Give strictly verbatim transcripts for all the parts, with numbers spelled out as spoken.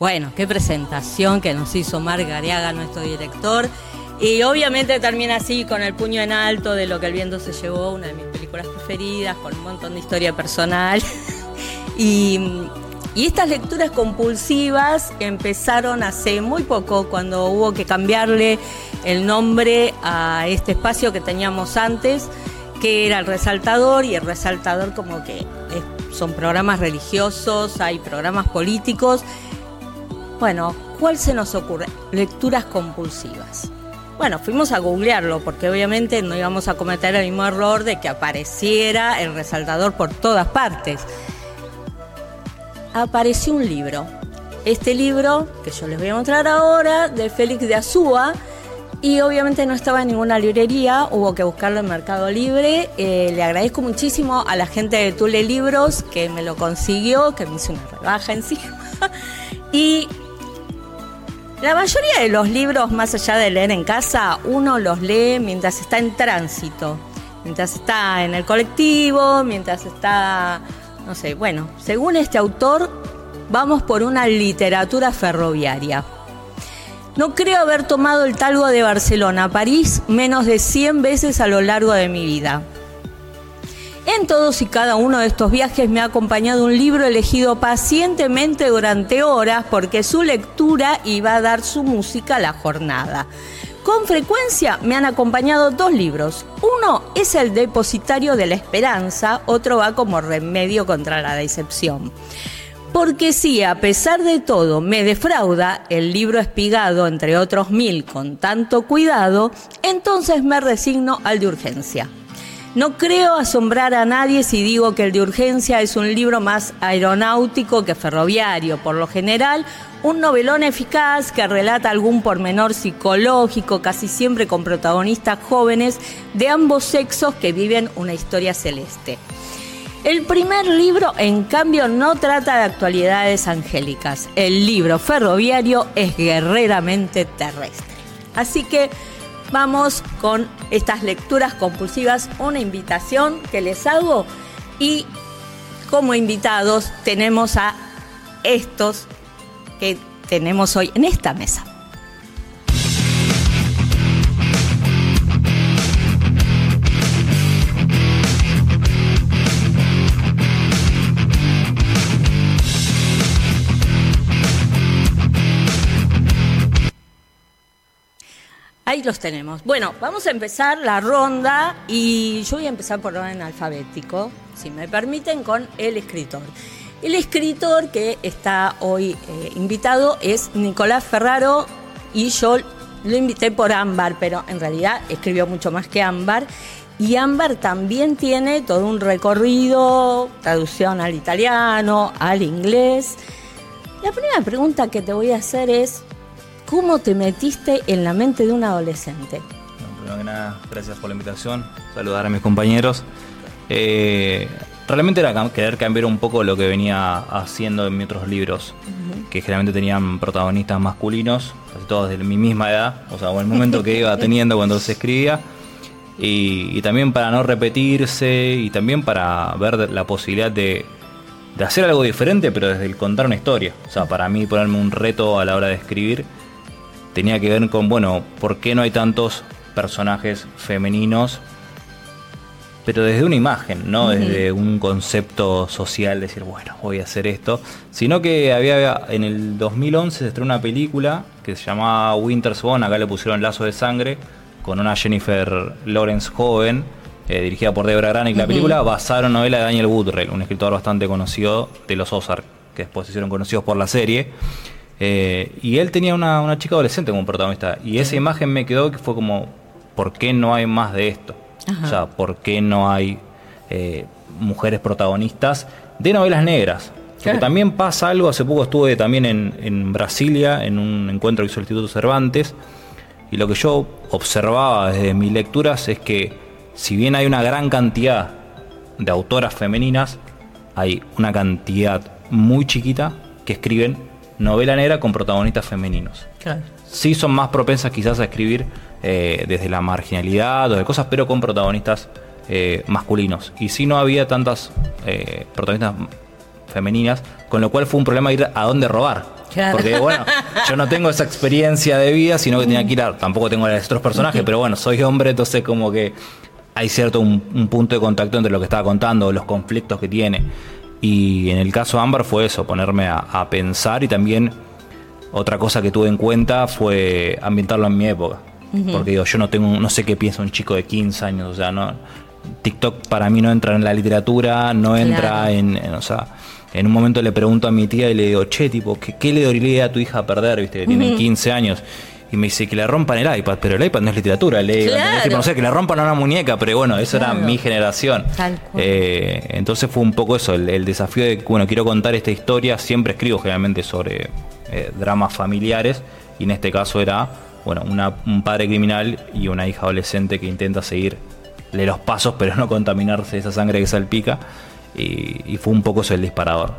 Bueno, qué presentación que nos hizo Marc Gariaga, nuestro director. Y obviamente termina así, con el puño en alto de Lo que el viento se llevó, una de mis películas preferidas, con un montón de historia personal. y, y estas lecturas compulsivas empezaron hace muy poco, cuando hubo que cambiarle el nombre a este espacio que teníamos antes, que era El Resaltador, y El Resaltador como que es, son programas religiosos, hay programas políticos. Bueno, ¿cuál se nos ocurre? Lecturas compulsivas. Bueno, fuimos a googlearlo porque obviamente no íbamos a cometer el mismo error de que apareciera El Resaltador por todas partes. Apareció un libro. Este libro, que yo les voy a mostrar ahora, de Félix de Azúa, y obviamente no estaba en ninguna librería, hubo que buscarlo en Mercado Libre. Eh, le agradezco muchísimo a la gente de Tule Libros que me lo consiguió, que me hizo una rebaja encima. Y la mayoría de los libros, más allá de leer en casa, uno los lee mientras está en tránsito, mientras está en el colectivo, mientras está, no sé, bueno, según este autor, vamos por una literatura ferroviaria. No creo haber tomado el Talgo de Barcelona a París menos de cien veces a lo largo de mi vida. En todos y cada uno de estos viajes me ha acompañado un libro elegido pacientemente durante horas porque su lectura iba a dar su música a la jornada. Con frecuencia me han acompañado dos libros. Uno es El Depositario de la Esperanza, otro va como remedio contra la decepción. Porque si a pesar de todo me defrauda el libro espigado, entre otros mil, con tanto cuidado, entonces me resigno al de Urgencia. No creo asombrar a nadie si digo que el de Urgencia es un libro más aeronáutico que ferroviario. Por lo general, un novelón eficaz que relata algún pormenor psicológico, casi siempre con protagonistas jóvenes de ambos sexos que viven una historia celeste. El primer libro, en cambio, no trata de actualidades angélicas. El libro ferroviario es guerreramente terrestre. Así que vamos con estas lecturas compulsivas, una invitación que les hago, y como invitados tenemos a estos que tenemos hoy en esta mesa. Ahí los tenemos. Bueno, vamos a empezar la ronda y yo voy a empezar por orden alfabético, si me permiten, con el escritor. El escritor que está hoy eh, invitado es Nicolás Ferraro, y yo lo invité por Ámbar, pero en realidad escribió mucho más que Ámbar. Y Ámbar también tiene todo un recorrido, traducción al italiano, al inglés. La primera pregunta que te voy a hacer es: ¿cómo te metiste en la mente de un adolescente? Bueno, primero que nada, gracias por la invitación. Saludar a mis compañeros. Eh, realmente era querer cambiar un poco lo que venía haciendo en mis otros libros, uh-huh. que generalmente tenían protagonistas masculinos, casi todos de mi misma edad, o sea, o el momento que iba teniendo cuando se escribía. Y, y también para no repetirse, y también para ver la posibilidad de, de hacer algo diferente, pero desde el contar una historia. O sea, para mí ponerme un reto a la hora de escribir tenía que ver con, bueno, ¿por qué no hay tantos personajes femeninos? Pero desde una imagen, no desde un concepto social, decir, bueno, voy a hacer esto. Sino que había, en el dos mil once se estrenó una película que se llamaba Winter Swan, acá le pusieron Lazo de Sangre, con una Jennifer Lawrence joven, eh, dirigida por Deborah Granik. La película basada en novela de Daniel Woodrell, un escritor bastante conocido de los Ozark, que después se hicieron conocidos por la serie. Eh, y él tenía una, una chica adolescente como protagonista, y esa imagen me quedó, que fue como, ¿por qué no hay más de esto? Ajá. O sea, ¿por qué no hay eh, mujeres protagonistas de novelas negras? Porque claro. También pasa algo. Hace poco estuve también en, en Brasilia, en un encuentro que hizo el Instituto Cervantes, y lo que yo observaba desde mis lecturas es que, si bien hay una gran cantidad de autoras femeninas, hay una cantidad muy chiquita que escriben novela negra con protagonistas femeninos. Claro. Sí son más propensas quizás a escribir eh, desde la marginalidad o de cosas, pero con protagonistas eh, masculinos. Y sí no había tantas eh, protagonistas femeninas, con lo cual fue un problema ir a dónde robar. Claro. Porque, bueno, yo no tengo esa experiencia de vida, sino que tenía que ir a... Tampoco tengo a los otros personajes, pero bueno, soy hombre, entonces como que hay cierto un, un punto de contacto entre lo que estaba contando, los conflictos que tiene. Y en el caso de Ámbar fue eso, ponerme a, a pensar, y también otra cosa que tuve en cuenta fue ambientarlo en mi época. Uh-huh. Porque digo, yo no tengo, no sé qué piensa un chico de quince años, o sea, no, TikTok para mí no entra en la literatura, no entra claro. en, en, o sea, en un momento le pregunto a mi tía y le digo, che, tipo, ¿qué, qué le dolería a tu hija a perder, viste, que tiene uh-huh. quince años? Y me dice que le rompan el iPad, pero el iPad no es literatura, le digo, claro. tipo, no sé, que le rompan a una muñeca, pero bueno, eso claro. era mi generación. Eh, entonces fue un poco eso, el, el desafío de, bueno, quiero contar esta historia, siempre escribo generalmente sobre eh, dramas familiares, y en este caso era, bueno, una, un padre criminal y una hija adolescente que intenta seguirle los pasos, pero no contaminarse de esa sangre que salpica, y, y fue un poco eso el disparador.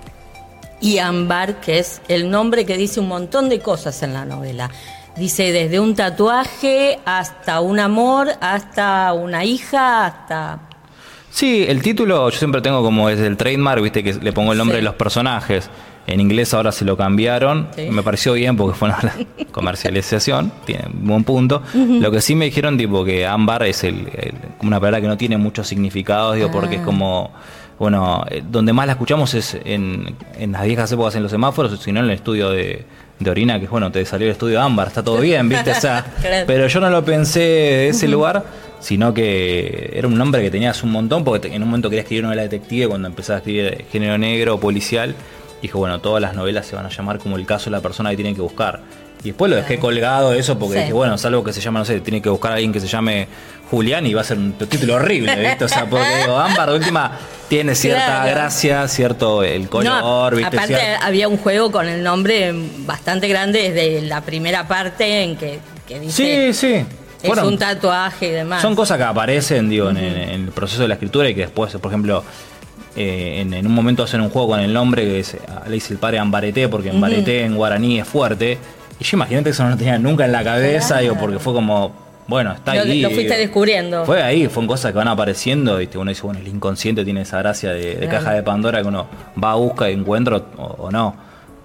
Y Ámbar, que es el nombre que dice un montón de cosas en la novela. Dice desde un tatuaje hasta un amor, hasta una hija, hasta... Sí, el título yo siempre tengo como es el trademark, viste, que le pongo el nombre sí. de los personajes. En inglés ahora se lo cambiaron. Sí. Me pareció bien porque fue una comercialización, tiene un buen punto. Uh-huh. Lo que sí me dijeron, tipo, que Ámbar es el, el, una palabra que no tiene muchos significados, digo, ah. porque es como... Bueno, donde más la escuchamos es en, en las viejas épocas en los semáforos, sino en el estudio de, de orina, que es bueno, te salió el estudio de Ámbar, está todo bien, ¿viste? O sea, claro. Pero yo no lo pensé de ese uh-huh. lugar, sino que era un nombre que tenías un montón, porque en un momento quería escribir novela detective cuando empezaba a escribir género negro, policial. Dije, bueno, todas las novelas se van a llamar como el caso de la persona que tienen que buscar. Y después lo dejé colgado eso porque sí. dije, bueno, es algo que se llama, no sé, tiene que buscar a alguien que se llame Julián y va a ser un título horrible, ¿viste? O sea, porque digo, Ámbar de última tiene cierta claro. gracia, cierto el color, no, ¿viste? Aparte Cier... había un juego con el nombre bastante grande desde la primera parte en que, que dice... Sí, sí. Es bueno, un tatuaje y demás. Son cosas que aparecen, digo, uh-huh. en, en el proceso de la escritura y que después, por ejemplo... Eh, en, en un momento hacen un juego con el nombre que es, le dice el padre Ambareté, porque Ambareté uh-huh. en guaraní es fuerte. Y yo imagínate que eso no lo tenía nunca en la cabeza, claro. digo, porque fue como, bueno, está lo, ahí. Lo fuiste descubriendo. Fue ahí, fueron cosas que van apareciendo, y uno dice, bueno, el inconsciente tiene esa gracia de, de claro. caja de Pandora que uno va a buscar y encuentra o, o no.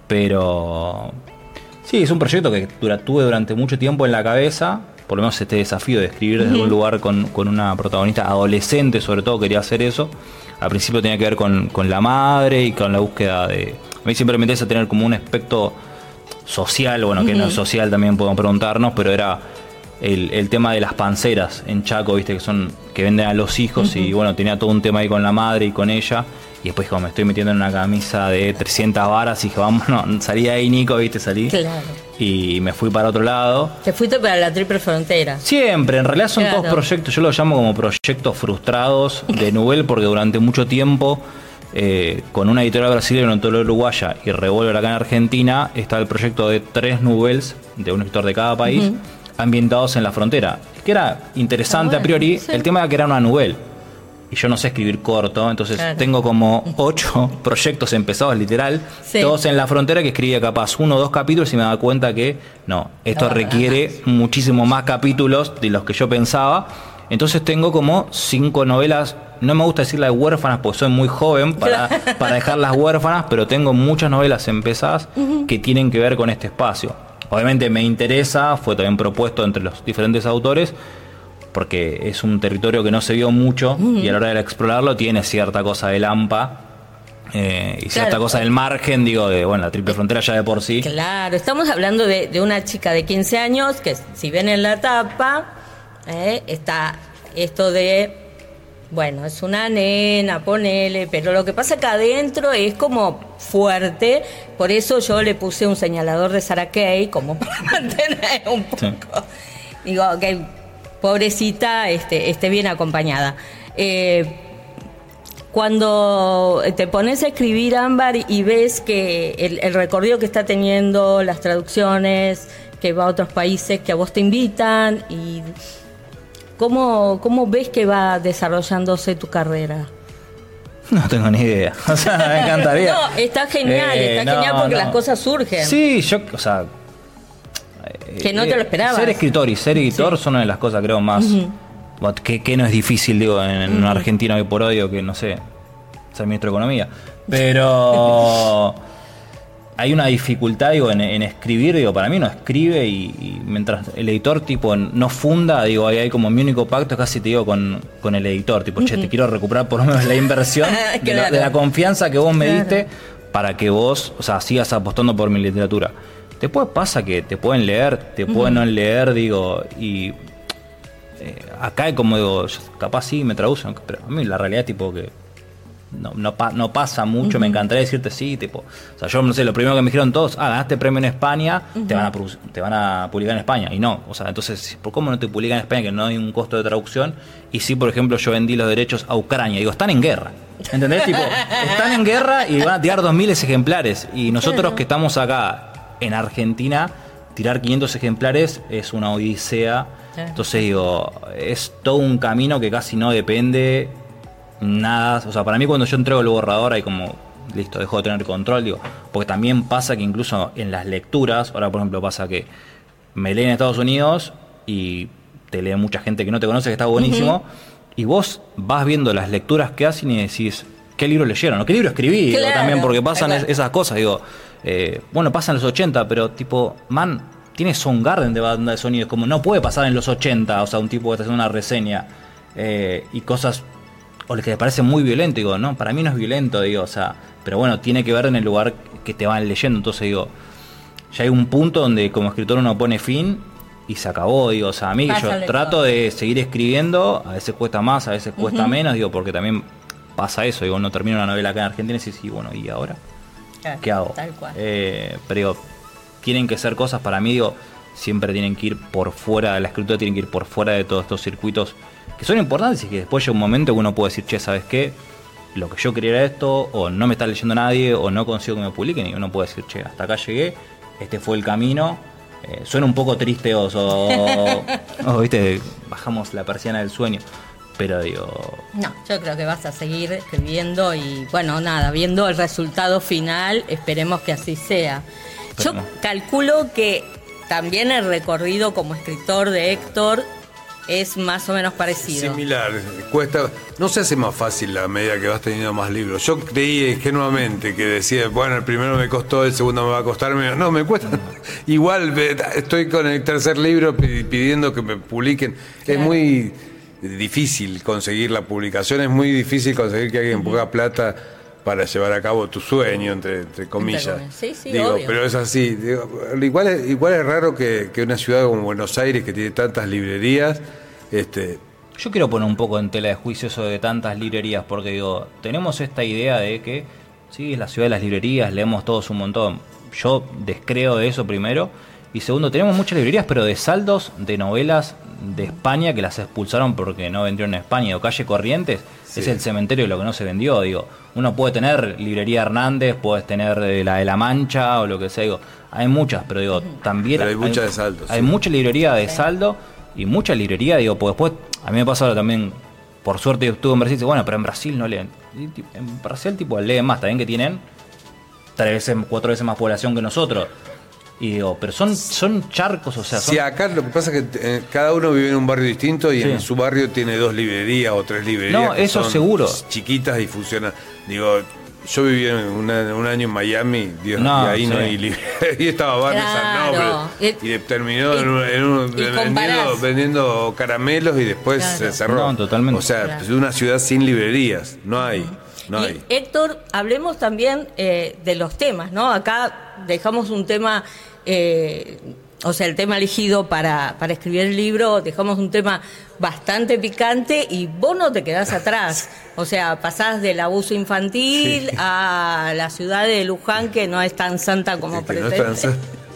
Pero sí, es un proyecto que dura, tuve durante mucho tiempo en la cabeza, por lo menos este desafío de escribir desde uh-huh. un lugar con, con una protagonista adolescente, sobre todo quería hacer eso. Al principio tenía que ver con, con la madre y con la búsqueda de... A mí siempre me interesa tener como un aspecto social, bueno, que uh-huh. no es social también podemos preguntarnos, pero era el, el tema de las panceras en Chaco, viste, que son que venden a los hijos uh-huh. y bueno, tenía todo un tema ahí con la madre y con ella. Y después como me estoy metiendo en una camisa de trescientas varas y dije, vamos, no, salí de ahí, Nico, viste, salí. Claro. Y me fui para otro lado. Te fuiste para la triple frontera. Siempre, en realidad son claro. todos proyectos, yo los llamo como proyectos frustrados de Nubel, porque durante mucho tiempo, eh, con una editorial brasileña, una editorial uruguaya y Revolver acá en Argentina, está el proyecto de tres Nubels, de un escritor de cada país, uh-huh. ambientados en la frontera. Que era interesante ah, bueno, a priori, sí. el tema era que era una Nubel. Y yo no sé escribir corto, entonces claro. tengo como ocho proyectos empezados, literal, sí. todos en la frontera, que escribía capaz uno o dos capítulos y me daba cuenta que no, esto no, requiere no. muchísimo más capítulos de los que yo pensaba. Entonces tengo como cinco novelas, no me gusta decirlas huérfanas porque soy muy joven para, para dejarlas huérfanas, pero tengo muchas novelas empezadas uh-huh. que tienen que ver con este espacio. Obviamente me interesa, fue también propuesto entre los diferentes autores, porque es un territorio que no se vio mucho uh-huh. y a la hora de explorarlo tiene cierta cosa del hampa eh, y cierta claro. cosa del margen, digo, de bueno, la triple frontera ya de por sí. Claro, estamos hablando de, de una chica de quince años que, si ven en la tapa, eh, está esto de, bueno, es una nena, ponele, pero lo que pasa acá adentro es como fuerte, por eso yo le puse un señalador de Sarah Kay, como para mantener un poco, sí. digo, que pobrecita, esté, esté bien acompañada. Eh, cuando te pones a escribir, Ámbar, y ves que el, el recorrido que está teniendo, las traducciones, que va a otros países, que a vos te invitan, y ¿cómo, cómo ves que va desarrollándose tu carrera? No tengo ni idea. O sea, me encantaría. No, está genial, eh, está no, genial porque no. las cosas surgen. Sí, yo, o sea... Que no te lo esperabas. Ser escritor y ser editor sí. son una de las cosas, creo, más... Uh-huh. Que, que no es difícil, digo, en, en uh-huh. una Argentina hoy por hoy, que no sé, ser ministro de Economía. Pero... hay una dificultad, digo, en, en escribir, digo, para mí no escribe y, y mientras el editor, tipo, no funda, digo, ahí hay como mi único pacto, casi te digo, con, con el editor, tipo, che, te quiero recuperar por lo menos la inversión Claro. de, la, de la confianza que vos me Claro. diste para que vos, o sea, sigas apostando por mi literatura. Después pasa que te pueden leer, te pueden no leer, digo, y eh, acá como digo, yo, capaz sí me traducen, pero a mí la realidad es tipo que no, no, pa- no pasa mucho, uh-huh. Me encantaría decirte sí, tipo, o sea, yo no sé, lo primero que me dijeron todos, ah, ganaste premio en España, uh-huh. te van a produ- te van a publicar en España, y no, o sea, entonces, ¿por cómo no te publican en España que no hay un costo de traducción? Y sí, por ejemplo, yo vendí los derechos a Ucrania, digo, están en guerra, ¿entendés? Tipo, están en guerra y van a tirar dos mil ejemplares, y nosotros claro. que estamos acá en Argentina, tirar quinientos ejemplares es una odisea, claro. Entonces digo, es todo un camino que casi no depende nada, o sea, para mí cuando yo entrego el borrador hay como, listo, dejo de tener control, digo, porque también pasa que incluso en las lecturas, ahora por ejemplo pasa que me leen en Estados Unidos y te lee mucha gente que no te conoce, que está buenísimo, uh-huh. Y vos vas viendo las lecturas que hacen y decís, ¿qué libro leyeron? ¿O qué libro escribí? Claro, digo, también porque pasan claro. esas cosas, digo, eh, bueno, pasan los ochenta, pero tipo, man, tiene Soundgarden de banda de sonido, como no puede pasar en los ochenta, o sea, un tipo que está haciendo una reseña eh, y cosas o el que te parece muy violento, digo, no, para mí no es violento, digo, o sea, pero bueno, tiene que ver en el lugar que te van leyendo, entonces digo, ya hay un punto donde como escritor uno pone fin y se acabó, digo, o sea, a mí Pásale yo trato todo. de seguir escribiendo, a veces cuesta más, a veces cuesta uh-huh. menos, digo, porque también pasa eso, digo, no termino una novela acá en Argentina y sí, sí, bueno, ¿y ahora? Claro, ¿qué hago? Tal cual. Eh, pero digo, tienen que ser cosas, para mí, digo, siempre tienen que ir por fuera, la escritura tiene que ir por fuera de todos estos circuitos que son importantes y que después llega un momento que uno puede decir, che, ¿sabes qué? Lo que yo quería era esto, o no me está leyendo nadie, o no consigo que me publiquen, y uno puede decir, che, hasta acá llegué, este fue el camino. Eh, suena un poco triste o, o, o, viste, bajamos la persiana del sueño, pero digo... No, yo creo que vas a seguir escribiendo y, bueno, nada, viendo el resultado final, esperemos que así sea. Yo no. calculo que también el recorrido como escritor de Héctor es más o menos parecido. Similar, cuesta, no se hace más fácil a medida que vas teniendo más libros. Yo creí ingenuamente que decía, bueno, el primero me costó, el segundo me va a costar menos. No, me cuesta. Igual estoy con el tercer libro pidiendo que me publiquen. Claro. Es muy difícil conseguir la publicación, es muy difícil conseguir que alguien uh-huh. ponga plata para llevar a cabo tu sueño, entre, entre comillas. Sí, sí, digo, obvio. Pero es así. Digo, igual, es, igual es raro que, que una ciudad como Buenos Aires, que tiene tantas librerías... Este... Yo quiero poner un poco en tela de juicio eso de tantas librerías, porque digo, tenemos esta idea de que, sí, es la ciudad de las librerías, leemos todos un montón. Yo descreo de eso primero. Y segundo, tenemos muchas librerías, pero de saldos de novelas de España que las expulsaron porque no vendieron en España. O Calle Corrientes, sí. Es el cementerio de lo que no se vendió. Digo, uno puede tener librería Hernández, puedes tener la de La Mancha o lo que sea. Digo, hay muchas, pero digo, también pero hay, hay muchas de saldo. Hay sí. mucha librería de saldo y mucha librería, digo, pues después, a mí me pasa ahora también, por suerte estuve en Brasil, dice, bueno, pero en Brasil no leen. En Brasil, tipo, leen más, también que tienen tres veces, cuatro veces más población que nosotros. Y digo, pero son, son charcos, o sea... Son... Sí, acá lo que pasa es que eh, cada uno vive en un barrio distinto y sí. En su barrio tiene dos librerías o tres librerías. No, que eso son seguro. Chiquitas y funcionan. Digo, yo viví en una, un año en Miami, Dios, no, y ahí sí. no hay librería. Y estaba Barnes and Noble. Y terminó y, en un, en un, vendiendo, vendiendo caramelos y después claro. se cerró. No, totalmente. O sea, claro. Es una ciudad sin librerías. No hay. No y hay. Héctor, hablemos también eh, de los temas, ¿no? Acá dejamos un tema... Eh, o sea, el tema elegido para, para escribir el libro, dejamos un tema bastante picante y vos no te quedás atrás. O sea, pasás del abuso infantil sí. a la ciudad de Luján, que no es tan santa como pretende. No es tan...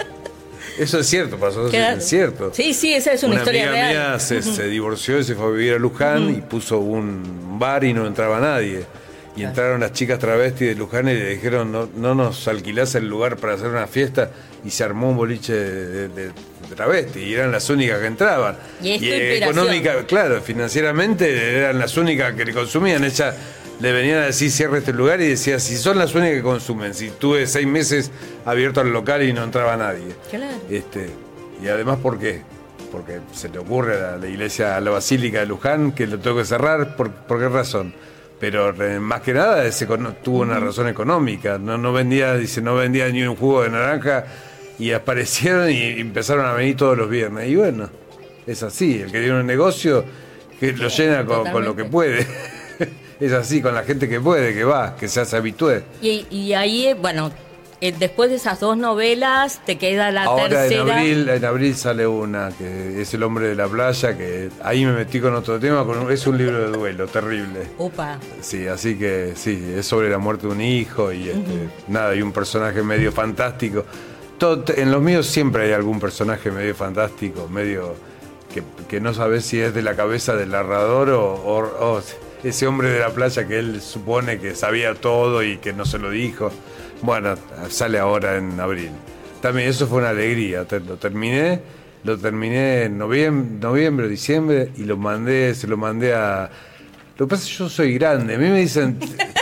Eso es cierto, pasó, es cierto. Sí, sí, esa es una, una historia real. Una amiga mía se, uh-huh. se divorció y se fue a vivir a Luján uh-huh. y puso un bar y no entraba nadie. Y claro. Entraron las chicas travestis de Luján y le dijeron, no, no nos alquilás el lugar para hacer una fiesta, y se armó un boliche de, de, de travestis, y eran las únicas que entraban. Y, y económica, claro, financieramente eran las únicas que le consumían. Ella le venían a decir, cierre este lugar, y decía, si son las únicas que consumen, si tuve seis meses abierto al local y no entraba nadie. Claro. Este, y además, ¿por qué? Porque se le ocurre a la, la iglesia, a la basílica de Luján, que lo tengo que cerrar. ¿Por, por qué razón? pero eh, más que nada ese, tuvo una razón económica. No, no vendía, dice, no vendía ni un jugo de naranja y aparecieron y empezaron a venir todos los viernes. Y bueno, es así, el que tiene un negocio que lo llena con, con lo que puede. Es así, con la gente que puede, que va, que se hace habitué. Y, y ahí, bueno, eh, después de esas dos novelas, te queda la Ahora tercera. en abril, en abril sale una, que es El hombre de la playa, que ahí me metí con otro tema, con un, es un libro de duelo, terrible. Upa. Sí, así que sí, es sobre la muerte de un hijo y este, uh-huh. nada, y un personaje medio fantástico. Todo, en los míos siempre hay algún personaje medio fantástico, medio que, que no sabes si es de la cabeza del narrador o, o, o ese hombre de la playa que él supone que sabía todo y que no se lo dijo. Bueno, sale ahora en abril. También eso fue una alegría. Lo terminé, lo terminé en noviembre, noviembre, diciembre y lo mandé, se lo mandé a. Lo que pasa es que yo soy grande. A mí me dicen,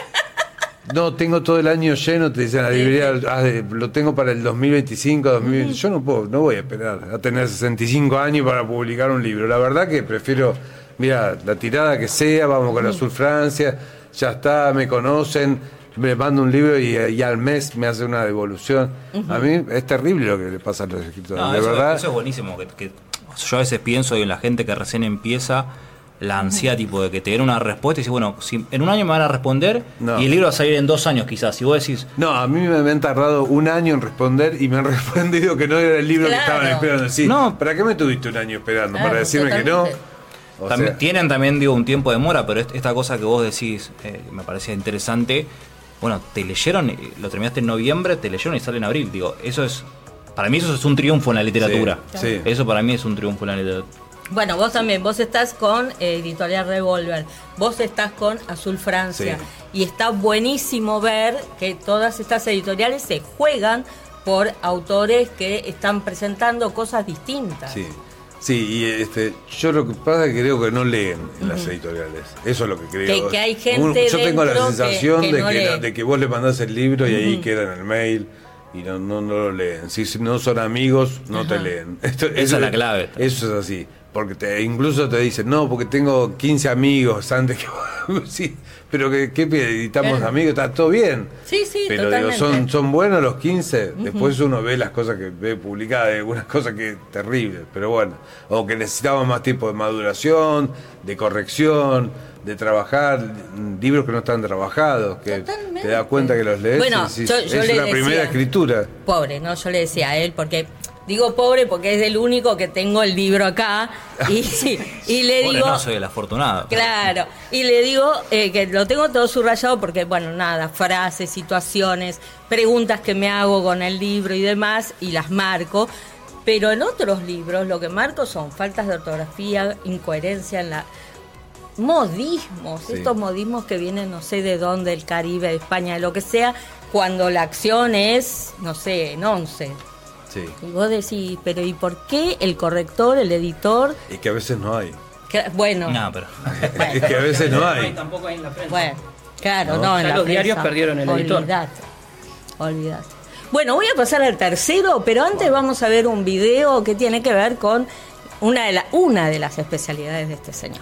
no, tengo todo el año lleno, te dicen la librería, ah, lo tengo para el dos mil veinticinco, dos mil veinte. Yo no puedo, no voy a esperar a tener sesenta y cinco años para publicar un libro. La verdad que prefiero, mira, la tirada que sea, vamos con Azul Francia, ya está, me conocen. Me mando un libro y, y al mes me hace una devolución. Uh-huh. A mí es terrible lo que le pasa a los escritores. No, de eso, verdad. Eso es buenísimo. Que, que yo a veces pienso en la gente que recién empieza, la ansiedad, uh-huh. tipo de que te den una respuesta y dices, bueno, si en un año me van a responder no. y el libro va a salir en dos años quizás. Si vos decís. No, a mí me, me han tardado un año en responder y me han respondido que no era el libro claro. que estaban esperando. Sí, no. ¿Para qué me tuviste un año esperando? Claro, ¿para decirme totalmente. que no? También, sea... Tienen también, digo, un tiempo de demora, pero esta cosa que vos decís eh, me parecía interesante. Bueno, te leyeron, lo terminaste en noviembre, te leyeron y sale en abril. Digo, eso es, para mí eso es un triunfo en la literatura. Sí, sí. Eso para mí es un triunfo en la literatura. Bueno, vos también, vos estás con eh, Editorial Revolver, vos estás con Azul Francia. Sí. Y está buenísimo ver que todas estas editoriales se juegan por autores que están presentando cosas distintas. Sí. Sí, y este, yo lo que pasa es que creo que no leen en uh-huh. las editoriales. Eso es lo que creo. Que, que hay gente Yo tengo la sensación que, que de, no que, de que vos le mandás el libro y uh-huh. ahí queda en el mail y no, no, no lo leen. Si no son amigos, no uh-huh. te leen. Esto, Esa es la clave. Eso es así. Porque te, incluso te dicen, no, porque tengo quince amigos antes que... sí, pero que, que editamos claro. amigos, está todo bien. Sí, sí, pero totalmente. Digo, son, son buenos los quince. Uh-huh. Después uno ve las cosas que ve publicadas, algunas cosas que terribles, pero bueno. O que necesitamos más tiempo de maduración, de corrección, de trabajar, libros que no están trabajados, que totalmente. Te das cuenta que los lees. Bueno, y, yo, es yo una le primera decía, escritura. Pobre, ¿no? Yo le decía a él, porque... Digo pobre porque es el único que tengo el libro acá y, sí, y le pobre digo... no, soy el afortunado. Claro, y le digo eh, que lo tengo todo subrayado porque, bueno, nada, frases, situaciones, preguntas que me hago con el libro y demás, y las marco. Pero en otros libros lo que marco son faltas de ortografía, incoherencia en la... modismos, sí. estos modismos que vienen no sé de dónde, del Caribe, de España, de lo que sea, cuando la acción es, no sé, en once. Sí. Y vos decís, pero ¿y por qué el corrector, el editor? Es que a veces no hay. Que, bueno. No, pero... bueno, es que a veces no hay. Tampoco hay en la prensa. Bueno, claro, no, no en ya la los prensa. Diarios perdieron el editor. Olvidate, olvidate. Bueno, voy a pasar al tercero, pero antes bueno. vamos a ver un video que tiene que ver con una de, la, una de las especialidades de este señor.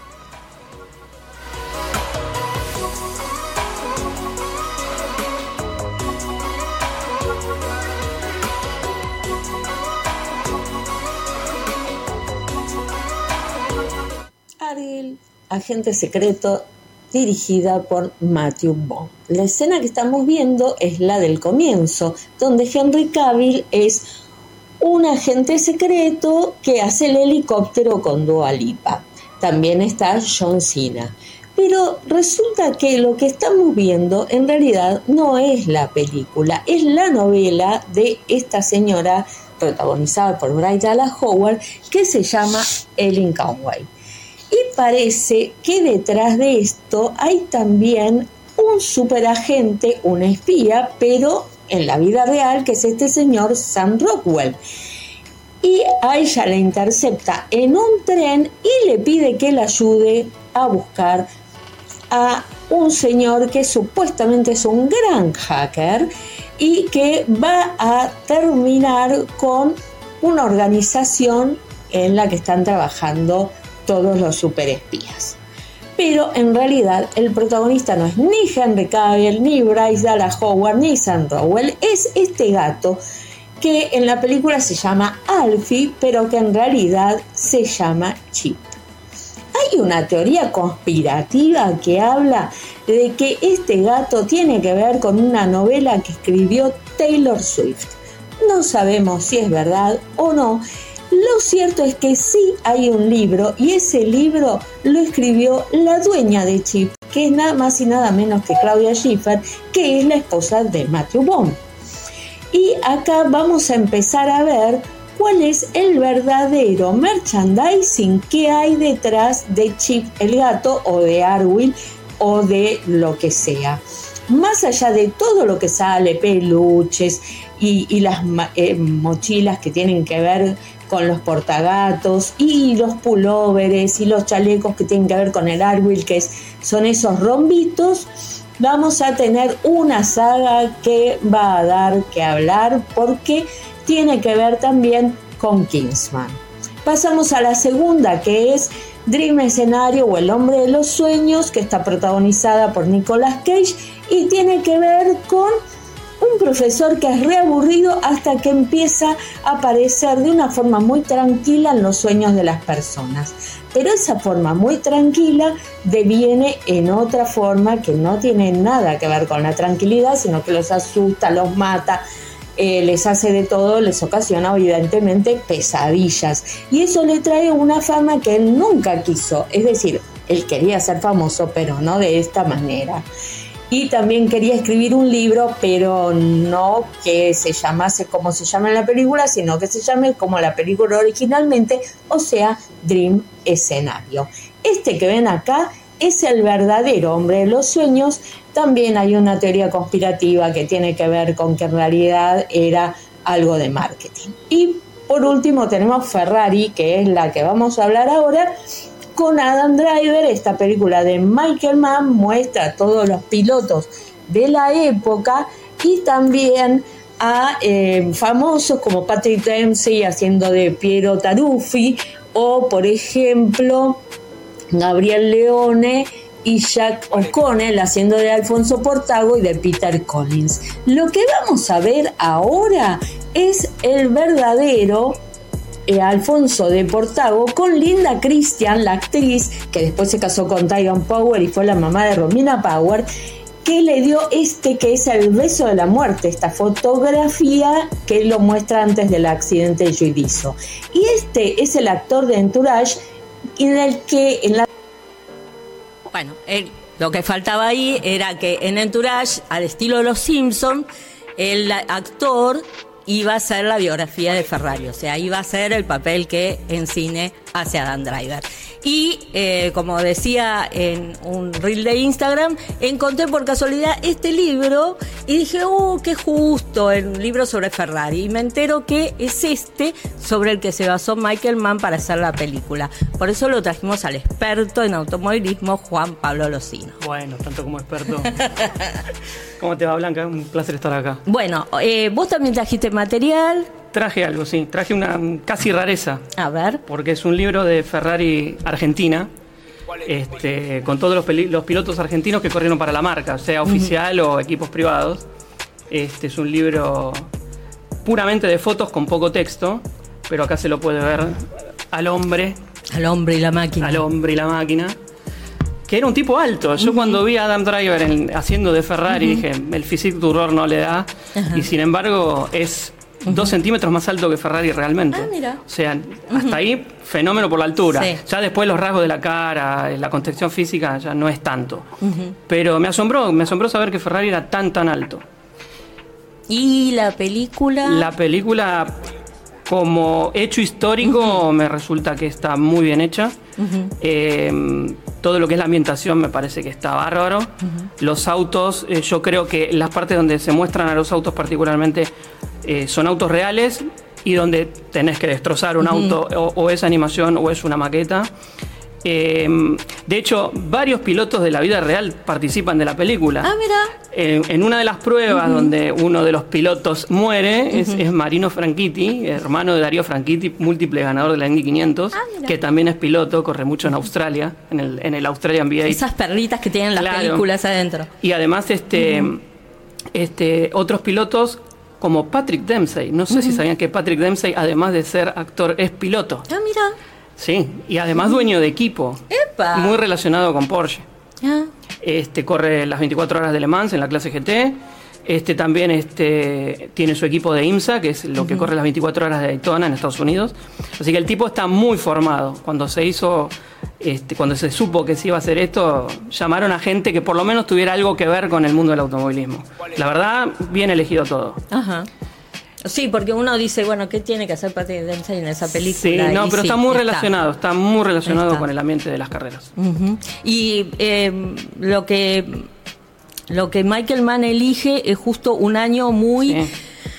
Ariel, agente secreto, dirigida por Matthew Vaughn. La escena que estamos viendo es la del comienzo, donde Henry Cavill es un agente secreto que hace el helicóptero con Dua Lipa. También está John Cena. Pero resulta que lo que estamos viendo en realidad no es la película, es la novela de esta señora protagonizada por Bryce Dallas Howard que se llama Ellen Conway. Y parece que detrás de esto hay también un superagente, una espía, pero en la vida real, que es este señor Sam Rockwell. Y a ella la intercepta en un tren y le pide que la ayude a buscar a un señor que supuestamente es un gran hacker y que va a terminar con una organización en la que están trabajando todos los superespías. pero en realidad el protagonista no es ni Henry Cavill, ni Bryce Dallas Howard, ni Sam Rockwell, es este gato que en la película se llama Alfie, pero que en realidad se llama Chip. Hay una teoría conspirativa que habla de que este gato tiene que ver con una novela que escribió Taylor Swift. No sabemos si es verdad o no. Lo cierto es que sí hay un libro, y ese libro lo escribió la dueña de Chip, que es nada más y nada menos que Claudia Schiffer, que es la esposa de Matthew Vaughn. Y acá vamos a empezar a ver cuál es el verdadero merchandising que hay detrás de Chip el gato, o de Arwyll, o de lo que sea. Más allá de todo lo que sale, peluches y, y las eh, mochilas que tienen que ver con los portagatos, y los pulóveres y los chalecos que tienen que ver con el Arwyll, que es, son esos rombitos, vamos a tener una saga que va a dar que hablar porque tiene que ver también con Kingsman. Pasamos a la segunda, que es Dream Escenario, o El Hombre de los Sueños, que está protagonizada por Nicolas Cage y tiene que ver con un profesor que es reaburrido hasta que empieza a aparecer de una forma muy tranquila en los sueños de las personas. Pero esa forma muy tranquila deviene en otra forma que no tiene nada que ver con la tranquilidad, sino que los asusta, los mata, eh, les hace de todo, les ocasiona evidentemente pesadillas. Y eso le trae una fama que él nunca quiso. Es decir, él quería ser famoso, pero no de esta manera. Y también quería escribir un libro, pero no que se llamase como se llama en la película, sino que se llame como la película originalmente, o sea, Dream Escenario. Este que ven acá es el verdadero Hombre de los Sueños. También hay una teoría conspirativa que tiene que ver con que en realidad era algo de marketing. Y por último tenemos Ferrari, que es la que vamos a hablar ahora, con Adam Driver. Esta película de Michael Mann muestra a todos los pilotos de la época y también a eh, famosos como Patrick Dempsey haciendo de Piero Taruffi, o por ejemplo Gabriel Leone y Jack O'Connell haciendo de Alfonso Portago y de Peter Collins. Lo que vamos a ver ahora es el verdadero Eh, Alfonso de Portago con Linda Christian, la actriz que después se casó con Tyrone Power y fue la mamá de Romina Power, que le dio este que es el beso de la muerte, esta fotografía que lo muestra antes del accidente de Joe Dizzo. Y este es el actor de Entourage, en el que en la bueno, él, lo que faltaba ahí era que en Entourage, al estilo de los Simpsons, el actor iba a ser la biografía de Ferrari, o sea, iba a ser el papel que en cine hace Adam Driver. Y eh, como decía en un reel de Instagram, encontré por casualidad este libro y dije, oh, qué justo, el libro sobre Ferrari. Y me entero que es este sobre el que se basó Michael Mann para hacer la película. Por eso lo trajimos al experto en automovilismo, Juan Pablo Locino. Bueno, tanto como experto. ¿Cómo te va, Blanca? Un placer estar acá. Bueno, eh, vos también trajiste material. Traje algo, sí. Traje una casi rareza. A ver. Porque es un libro de Ferrari Argentina, este, con todos los, peli- los pilotos argentinos que corrieron para la marca, sea oficial uh-huh. o equipos privados. Este es un libro puramente de fotos con poco texto, pero acá se lo puede ver al hombre. Al hombre y la máquina. Al hombre y la máquina. Que era un tipo alto. Yo uh-huh. cuando vi a Adam Driver en, haciendo de Ferrari uh-huh. dije, el physique du horror no le da. Uh-huh. Y sin embargo es uh-huh. dos centímetros más alto que Ferrari realmente. Ah, mira. O sea, uh-huh. hasta ahí fenómeno por la altura. Sí. Ya después los rasgos de la cara, la construcción física ya no es tanto. Uh-huh. Pero me asombró, me asombró saber que Ferrari era tan tan alto. ¿Y la película? La película, como hecho histórico, uh-huh. me resulta que está muy bien hecha. Uh-huh. Eh, todo lo que es la ambientación me parece que está bárbaro. Uh-huh. Los autos, eh, yo creo que las partes donde se muestran a los autos particularmente eh, son autos reales y donde tenés que destrozar un uh-huh. auto o, o es animación o es una maqueta. Eh, de hecho, varios pilotos de la vida real participan de la película. Ah, mira. Eh, en una de las pruebas uh-huh. donde uno de los pilotos muere uh-huh. es, es Marino Franchitti, hermano de Darío Franchitti, múltiple ganador de la Indy quinientos, ah, que también es piloto, corre mucho en Australia, en el, en el Australian V ocho. Esas perlitas que tienen las claro. películas adentro. Y además este, uh-huh. este, otros pilotos como Patrick Dempsey. No sé uh-huh. si sabían que Patrick Dempsey, además de ser actor, es piloto. Ah, mira. Sí, y además dueño de equipo. ¡Epa! Muy relacionado con Porsche. Ah. Este, corre las veinticuatro horas de Le Mans en la clase G T. Este, también este, tiene su equipo de IMSA, que es lo que uh-huh. corre las veinticuatro horas de Daytona en Estados Unidos. Así que el tipo está muy formado. Cuando se hizo, este, cuando se supo que se iba a hacer esto, llamaron a gente que por lo menos tuviera algo que ver con el mundo del automovilismo. La verdad, bien elegido todo. Ajá. Sí, porque uno dice, bueno, ¿qué tiene que hacer Patrick Dempsey en esa película? Sí, no, y pero sí, está muy está. relacionado, está muy relacionado está. con el ambiente de las carreras. Uh-huh. Y eh, lo que lo que Michael Mann elige es justo un año muy, sí.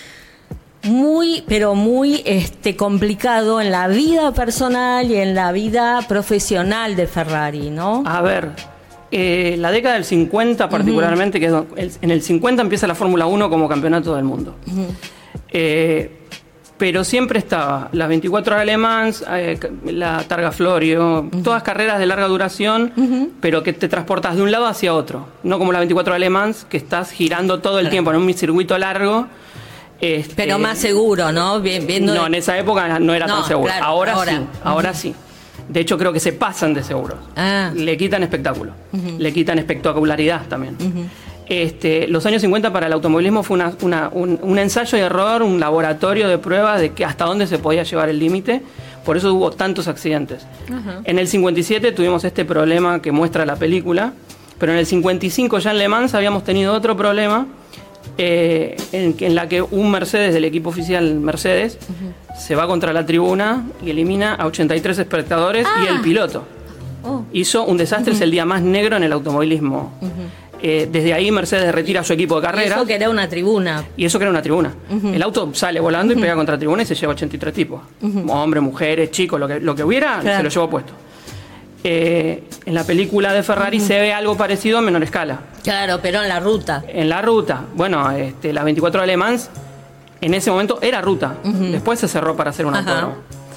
muy, pero muy este complicado en la vida personal y en la vida profesional de Ferrari, ¿no? A ver, eh, la década del cincuenta particularmente, uh-huh. que es, en el cincuenta empieza la Fórmula uno como campeonato del mundo. Uh-huh. Eh, pero siempre estaba las veinticuatro horas de Le Mans, eh, la Targa Florio, uh-huh. todas carreras de larga duración, uh-huh. pero que te transportas de un lado hacia otro, no como la veinticuatro horas de Le Mans, que estás girando todo el claro. tiempo en un circuito largo. Este, pero más seguro, ¿no? Bien, viendo no, en esa época no era no, tan seguro. Claro, ahora, ahora sí, ahora uh-huh. sí. De hecho, creo que se pasan de seguros. Ah. Le quitan espectáculo, uh-huh. le quitan espectacularidad también. Uh-huh. Este, los años cincuenta para el automovilismo fue una, una, un, un ensayo y error, un laboratorio de pruebas de que hasta dónde se podía llevar el límite. Por eso hubo tantos accidentes. Uh-huh. En el cincuenta y siete tuvimos este problema que muestra la película, pero en el cincuenta y cinco ya en Le Mans habíamos tenido otro problema eh, en, en la que un Mercedes del equipo oficial Mercedes uh-huh. se va contra la tribuna y elimina a ochenta y tres espectadores ah. y el piloto. Oh. Hizo un desastre, uh-huh. es el día más negro en el automovilismo. Uh-huh. Eh, desde ahí Mercedes retira su equipo de carrera. Y eso que era una tribuna. Y eso que era una tribuna. Uh-huh. El auto sale volando y pega contra la tribuna y se lleva ochenta y tres tipos. Uh-huh. Hombres, mujeres, chicos, lo que, lo que hubiera, claro. se lo llevó puesto. Eh, en la película de Ferrari uh-huh. se ve algo parecido a menor escala. Claro, pero en la ruta. En la ruta. Bueno, este, las veinticuatro horas de Le Mans, en ese momento era ruta. Uh-huh. Después se cerró para hacer un autódromo.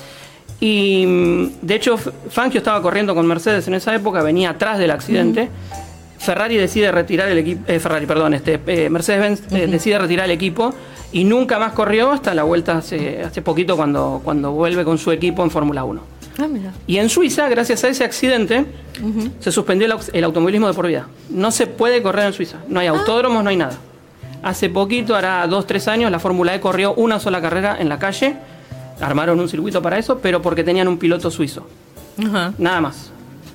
Y de hecho, Fangio estaba corriendo con Mercedes en esa época, venía atrás del accidente. Uh-huh. Ferrari decide retirar el equipo, eh, Ferrari, perdón, este, eh, Mercedes-Benz eh, uh-huh. decide retirar el equipo y nunca más corrió hasta la vuelta hace, hace poquito cuando, cuando vuelve con su equipo en Fórmula uno. Ah, mira. Y en Suiza, gracias a ese accidente, uh-huh. se suspendió el, el automovilismo de por vida. No se puede correr en Suiza, no hay autódromos, ah. no hay nada. Hace poquito, hará dos, tres años, la Fórmula E corrió una sola carrera en la calle, armaron un circuito para eso, pero porque tenían un piloto suizo. Uh-huh. Nada más.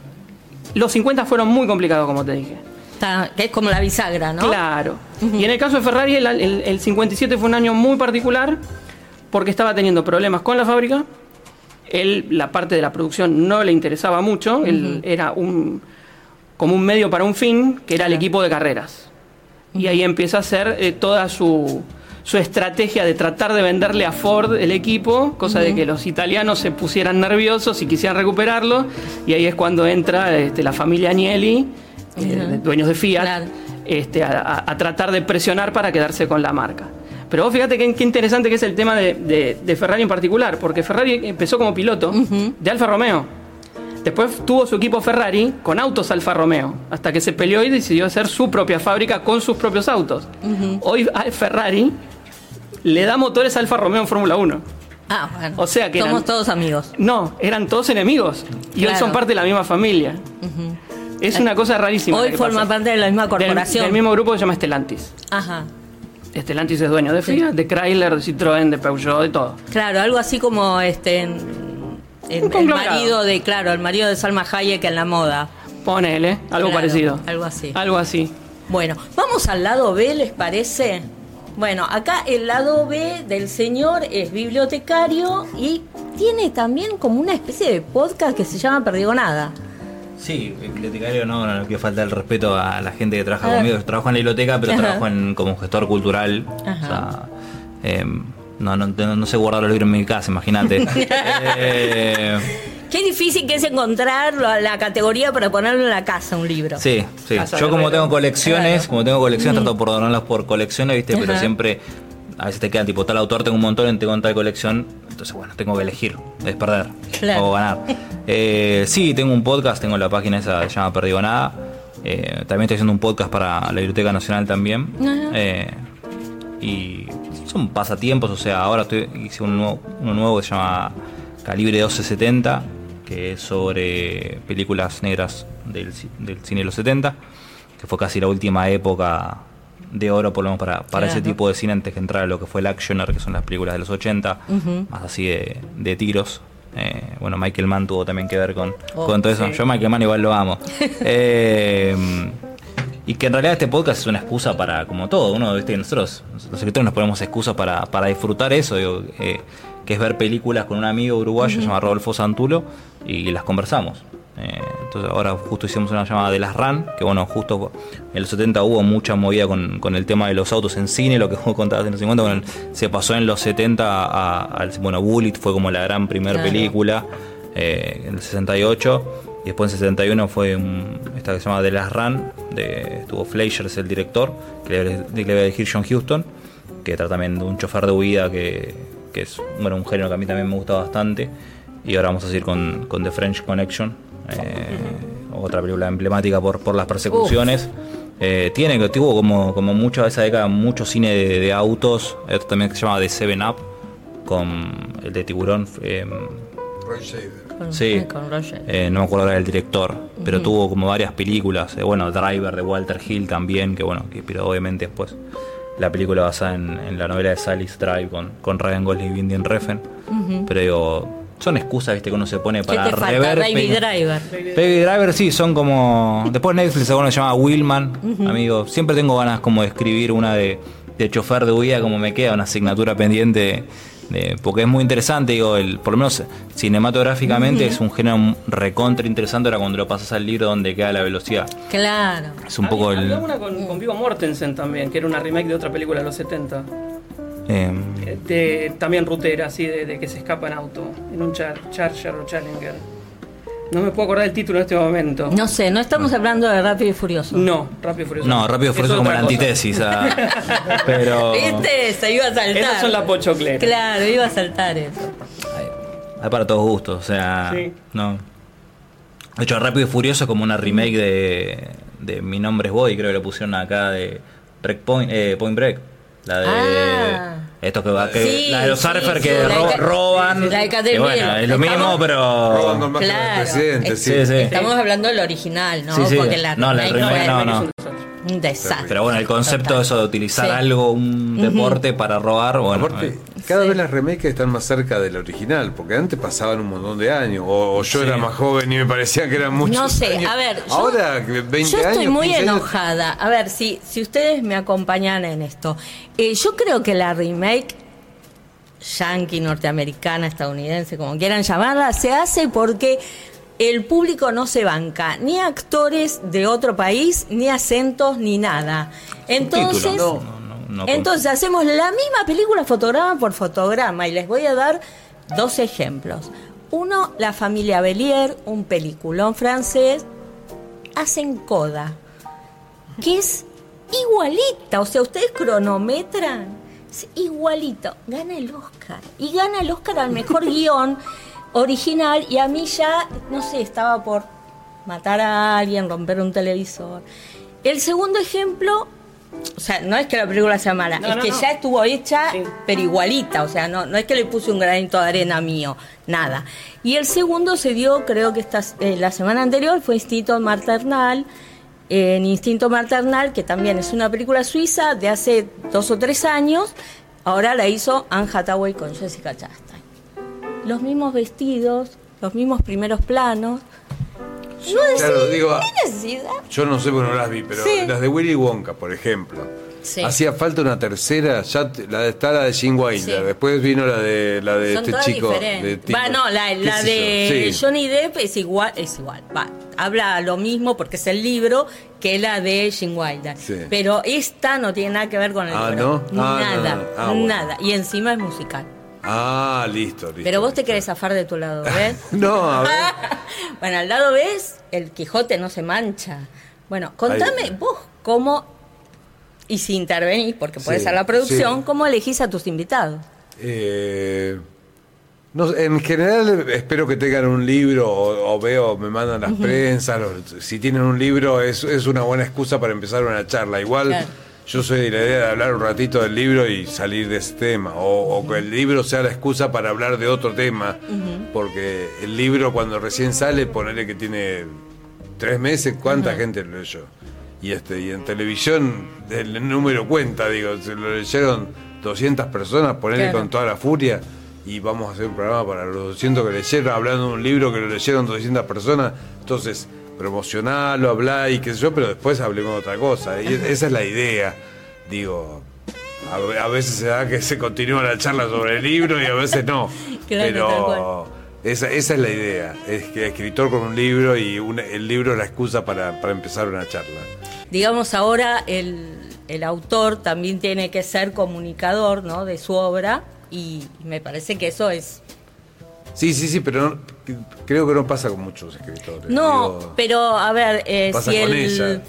Los cincuenta fueron muy complicados, como te dije. Está, que es como la bisagra, ¿no? Claro. Uh-huh. Y en el caso de Ferrari, el, el, el cincuenta y siete fue un año muy particular porque estaba teniendo problemas con la fábrica. Él, la parte de la producción no le interesaba mucho. Uh-huh. Él era un como un medio para un fin, que era claro. el equipo de carreras. Uh-huh. Y ahí empieza a hacer eh, toda su... su estrategia de tratar de venderle a Ford el equipo, cosa uh-huh. de que los italianos se pusieran nerviosos y quisieran recuperarlo, y ahí es cuando entra este, la familia Agnelli, uh-huh. eh, dueños de Fiat, claro. este, a, a, a tratar de presionar para quedarse con la marca. Pero vos fíjate qué, qué interesante que es el tema de, de, de Ferrari en particular, porque Ferrari empezó como piloto uh-huh. de Alfa Romeo. Después tuvo su equipo Ferrari con autos Alfa Romeo, hasta que se peleó y decidió hacer su propia fábrica con sus propios autos. Uh-huh. Hoy Ferrari le da motores a Alfa Romeo en Fórmula uno. Ah, bueno. O sea que somos eran, todos amigos. No, eran todos enemigos. Y claro. hoy son parte de la misma familia. Uh-huh. Es una cosa rarísima. Hoy forman parte de la misma corporación. Del, del mismo grupo que se llama Stellantis. Ajá. Stellantis es dueño de Fiat, sí. de Chrysler, de Citroën, de Peugeot, de todo. Claro, algo así como este en, en, el marido de, claro, el marido de Salma Hayek en la moda. Ponele, algo claro, parecido. Algo así. Algo así. Bueno, vamos al lado B, ¿les parece? Bueno, acá el lado B del señor es bibliotecario y tiene también como una especie de podcast que se llama Perdigonada. Sí, bibliotecario no, no quiero faltar el respeto a la gente que trabaja conmigo. Yo trabajo en la biblioteca, pero Ajá. trabajo en, como gestor cultural. Ajá. O sea, eh, no, no, no sé guardar los libros en mi casa, imagínate. eh, Qué difícil que es encontrar la, la categoría para ponerlo en la casa, un libro. Sí, sí. Casa Yo de como Herrero. tengo colecciones, Claro. como tengo colecciones, trato por ordenarlas por colecciones, ¿viste? Pero Ajá. siempre, a veces te quedan tipo, tal autor tengo un montón, tengo en tal colección, entonces bueno, tengo que elegir, es perder Claro. o ganar. Eh, sí, tengo un podcast, tengo la página esa que se llama Perdido Nada. Eh, también estoy haciendo un podcast para la Biblioteca Nacional también. Ajá. Eh, y son pasatiempos, o sea, ahora estoy, hice un nuevo, uno nuevo que se llama Calibre doce setenta, que es sobre películas negras del, ci- del cine de los setenta, que fue casi la última época de oro, por lo menos para, para Claro. ese tipo de cine, antes que entrar a lo que fue el actioner, que son las películas de los ochenta, Ujú. más así de, de tiros. Eh, bueno, Michael Mann tuvo también que ver con, Oh, con todo eso. sí. Yo Michael Mann igual lo amo. Eh, y que en realidad este podcast es una excusa para, como todo, uno, ¿viste? Nosotros, los escritores nos ponemos excusas para, para disfrutar eso, digo, eh, que es ver películas con un amigo uruguayo, se llama Rodolfo Santulo, y las conversamos. Eh, entonces ahora justo hicimos una llamada de las RAN, que bueno, justo en los setenta hubo mucha movida con, con el tema de los autos en cine, lo que vos contabas en los cincuenta, con el- se pasó en los setenta a, al, bueno, Bullitt fue como la gran primera Claro. película, eh, en el sesenta y ocho, y después en sesenta y uno fue un- esta que se llama The Last Run, de, estuvo Fleischer, es el director, que le, que le iba a dirigir John Huston, que trata también de un chofer de huida, que, que es bueno, un género que a mí también me gusta bastante. Y ahora vamos a seguir con, con The French Connection, eh, otra película emblemática por, por las persecuciones. Eh, tiene que tuvo como, como mucho de esa década, mucho cine de, de autos. Hay otro también que se llama The Seven Up, con el de Tiburón. eh, Roy Scheider. Con, Sí. con Roger. Eh, no me acuerdo ahora del director, pero tuvo como varias películas. Eh, bueno, Driver de Walter Hill también, que bueno, que inspiró obviamente después la película basada en, en la novela de Sally's Drive con, con Ryan Gosling y Vin Diesel. Pero digo, son excusas, viste, que uno se pone ¿Qué para te falta? rever. Baby pe- Driver. Baby Driver, sí, son como. Después Netflix sacó uno que se llama Willman, amigo. Siempre tengo ganas como de escribir una de, de chofer de huida, como me queda, una asignatura pendiente. de- porque es muy interesante, digo, el, por lo menos cinematográficamente es un género recontra interesante ahora cuando lo pasas al libro donde queda la velocidad. Claro. Es un poco Había- el. había una con, con Viggo Mortensen también, que era una remake de otra película de los setenta. eh, Eh, de- también rutera, así, de, de que se escapa en auto, en un char, Charger o Challenger. No me puedo acordar el título en este momento. No sé, no estamos hablando de Rápido y Furioso. No, Rápido y Furioso. no, Rápido y Es Furioso como la otra cosa. antítesis. a- pero. ¿Viste? Se iba a saltar. Esas son las pochocleras. Claro, iba a saltar eso. Hay para todos gustos, o sea, Sí. no. De hecho, Rápido y Furioso es como una remake de, de Mi Nombre es Body, creo que le pusieron acá de Break Point, eh, Point Break. La de Ah. estos que va, que Sí, la de los sí, surfers sí, que la ro- de Ca- roban. la de Catherine Y bueno, Bigelow. es lo mismo, Estamos- pero. Roban con máscara Claro. del presidente, Es- sí. Sí, sí. Estamos hablando del original, ¿no? Sí, sí. Porque la No, la remake remake fue no, Es no. un desastre. un desastre. Pero bueno, el concepto Total. eso de utilizar Sí. algo, un deporte para robar, bueno. Aparte, eh, cada Sí. vez las remakes están más cerca del original, porque antes pasaban un montón de años, o, o yo Sí. era más joven y me parecía que eran muchos No sé, años. a ver, yo- Ahora, veinte Yo estoy años, muy quince años, enojada. A ver, si, si ustedes me acompañan en esto. Eh, yo creo que la remake yankee, norteamericana, estadounidense, como quieran llamarla, se hace porque el público no se banca ni actores de otro país, ni acentos, ni nada. Entonces, subtítulos, no, no, no, no entonces hacemos la misma película fotograma por fotograma y les voy a dar dos ejemplos. Uno, La familia Bellier, un peliculón francés, hacen Coda, que es igualita, o sea, ustedes cronometran, es igualito, gana el Oscar, y gana el Oscar al mejor guión original, y a mí ya, no sé, estaba por matar a alguien, romper un televisor. El segundo ejemplo, o sea, no es que la película sea mala, No, es no, que no. ya estuvo hecha, Sí. pero igualita, o sea, no, no es que le puse un granito de arena mío, nada. Y el segundo se dio, creo que esta, eh, la semana anterior, fue Instinto Maternal, eh, en Instinto Maternal, que también es una película suiza de hace dos o tres años, ahora la hizo Anne Hathaway con Jessica Chastain. Los mismos vestidos, los mismos primeros planos. No es Claro, digo, necesidad. yo no sé porque no las vi, pero Sí. las de Willy Wonka, por ejemplo. Sí. Hacía falta una tercera, ya te- la de, está la de Gene Wilder, Sí. después vino la de la de Son este todas chico. de diferentes. tipo- Va, no, la, qué la sé de yo, sí. Johnny Depp es igual, es igual. Va, habla lo mismo porque es el libro que la de Gene Wilder. Sí. Pero esta no tiene nada que ver con el Ah, libro. ¿no? Ah, nada, no, no. Ah, bueno. nada. Y encima es musical. Ah, listo, listo. Pero vos te listo. querés zafar de tu lado, ¿ves? No, a ver. Bueno, al lado ves, el Quijote no se mancha. Bueno, contame Ahí. vos cómo, y si intervenís, porque puede Sí, ser la producción, sí. cómo elegís a tus invitados. Eh, no, en general espero que tengan un libro o, o veo, me mandan las prensas. o- si tienen un libro es, es una buena excusa para empezar una charla. Igual Claro. yo soy de la idea de hablar un ratito del libro y salir de ese tema. O, o que el libro sea la excusa para hablar de otro tema. Porque el libro cuando recién sale, ponele que tiene tres meses, ¿cuánta gente lo leyó? Y, este, y en televisión el número cuenta, digo, se lo leyeron doscientas personas, ponerle Claro. con toda la furia, y vamos a hacer un programa para los doscientos que leyeron, hablando de un libro que lo leyeron doscientas personas, entonces promocionalo, hablá y qué sé yo, pero después hablemos de otra cosa, y esa es la idea, digo, a, ve- a veces se da que se continúa la charla sobre el libro y a veces no, Claro, tal pero cual. esa, esa es la idea, es que escritor con un libro y un- el libro es la excusa para, para empezar una charla. Digamos, ahora el, el autor también tiene que ser comunicador, ¿no?, de su obra, y me parece que eso es... Sí, sí, sí, pero no- creo que no pasa con muchos escritores. No, digo, pero a ver, eh, Pasa si con el... ella.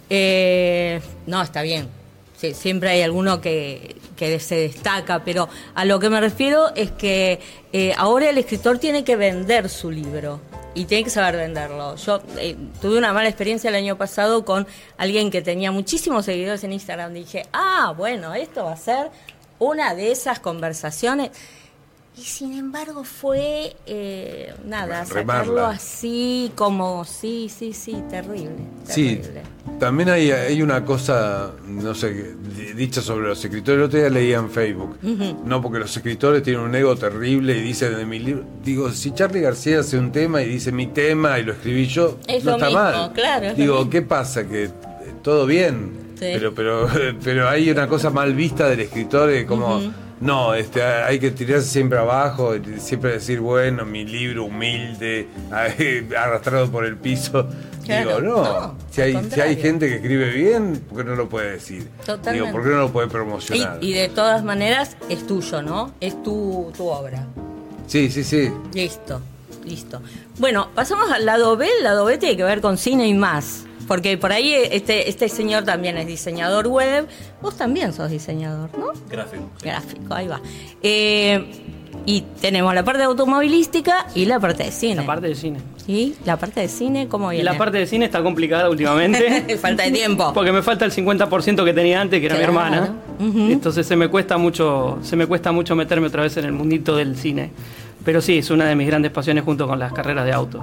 eh, no, está bien. Sí, siempre hay alguno que, que se destaca, pero a lo que me refiero es que eh, ahora el escritor tiene que vender su libro y tiene que saber venderlo. Yo eh, tuve una mala experiencia el año pasado con alguien que tenía muchísimos seguidores en Instagram. Dije, ah, bueno, esto va a ser una de esas conversaciones. Y sin embargo fue, eh, nada, Bueno, sacarlo remarla. así como, sí, sí, sí, terrible. Sí, terrible. también hay, hay una cosa, no sé, di- dicha sobre los escritores. El otro día leía en Facebook. No, porque los escritores tienen un ego terrible y dicen de mi libro. Digo, si Charly García hace un tema y dice mi tema y lo escribí yo, Es no lo está mismo, mal. claro, es lo Digo, mismo. ¿qué pasa? Que eh, todo bien. Sí. Pero, pero, pero hay una cosa mal vista del escritor, eh, como. No, este, hay que tirarse siempre abajo, y siempre decir, bueno, mi libro humilde, arrastrado por el piso. Claro, Digo, no, no, si, hay, al si hay contrario. gente que escribe bien, ¿por qué no lo puede decir? Totalmente. Digo, ¿por qué no lo puede Y, promocionar? y de todas maneras es tuyo, ¿no? Es tu, tu obra. Sí, sí, sí. Listo, listo. Bueno, pasamos al lado B. El lado B tiene que ver con cine y más. Porque por ahí este, este señor también es diseñador web. Vos también sos diseñador, ¿no? Gráfico. sí. Gráfico, ahí va. Eh, y tenemos la parte automovilística y la parte de cine. La parte de cine. ¿Y la parte de cine cómo Y viene? la parte de cine está complicada últimamente. Falta de tiempo. Porque me falta el cincuenta por ciento que tenía antes, que era Claro. mi hermana. Ujú. Entonces se me cuesta mucho, se me cuesta mucho meterme otra vez en el mundito del cine. Pero sí, es una de mis grandes pasiones junto con las carreras de autos.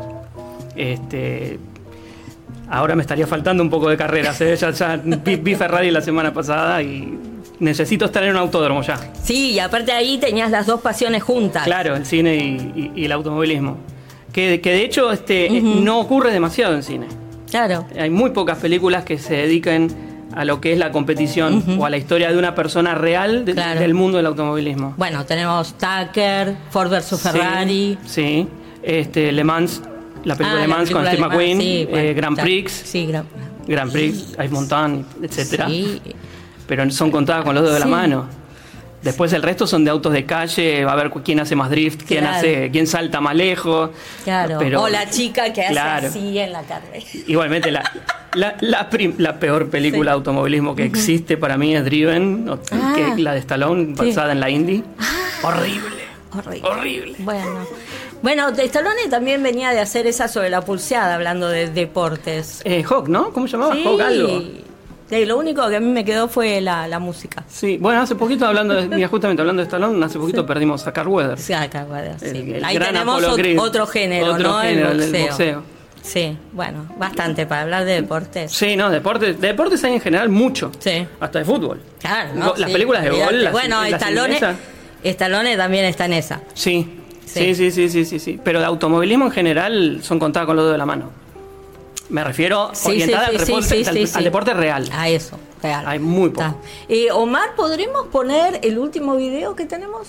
Este, ahora me estaría faltando un poco de carreras. ¿eh? Ya, ya vi, vi Ferrari la semana pasada y necesito estar en un autódromo ya. Sí, y aparte ahí tenías las dos pasiones juntas. Claro, el cine y, y- y el automovilismo. Que, que de hecho este, eh, no ocurre demasiado en cine. Claro. Hay muy pocas películas que se dediquen a lo que es la competición o a la historia de una persona real de- Claro. del mundo del automovilismo. Bueno, tenemos Tucker, Ford versus Ferrari. Sí, sí. Este, Le Mans, la película Ah, Le la Mans con película Steve de Le Mans, McQueen, sí, eh, bueno, Grand está. Prix, Sí, Grand, Grand Prix, Ice Mountain, etcétera. Sí. Pero son contadas con los dedos de Sí. la mano. Después el resto son de autos de calle, va a ver quién hace más drift, quién Claro. hace, quién salta más lejos. Claro. Pero- o la chica que hace Claro. así en la carrera. Igualmente, la, la, la, prim- la peor película de automovilismo que existe para mí es Driven, o- Ah. que la de Stallone, Sí. basada en la Indy. Horrible. Horrible. Horrible. Bueno. Bueno, de Stallone también venía de hacer esa sobre la pulseada, hablando de deportes. Eh, Hawk, ¿no? ¿Cómo se llamaba? Sí. Hawk algo. Sí, lo único que a mí me quedó fue la, la música. Sí, bueno, hace poquito hablando de, mira, justamente hablando de Stallone, hace poquito perdimos a Carl Weathers. Sí, acá, bueno, sí. El- el Ahí gran tenemos Apollo ot- Creed. otro género, Otro ¿no? género, el el boxeo. boxeo. Sí, bueno, bastante para hablar de deportes. Sí, no, deportes, de deportes hay en general mucho. Sí. Hasta de fútbol. Claro, Go- ¿no? Las Sí, películas de olvídate. gol, las, Bueno, las Stallone, inglesas. Stallone también está en esa. Sí. Sí. Sí, sí, sí, sí, sí, sí. Pero de automovilismo en general son contadas con los dedos de la mano. Me refiero Sí, orientada sí, al, sí, deporte, sí, al, sí, al sí. deporte real. A eso, real. Hay muy poco. Está. Eh, Omar, ¿podremos poner el último video que tenemos?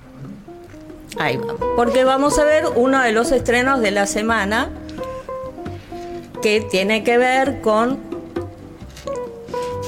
Ahí va. Porque vamos a ver uno de los estrenos de la semana que tiene que ver con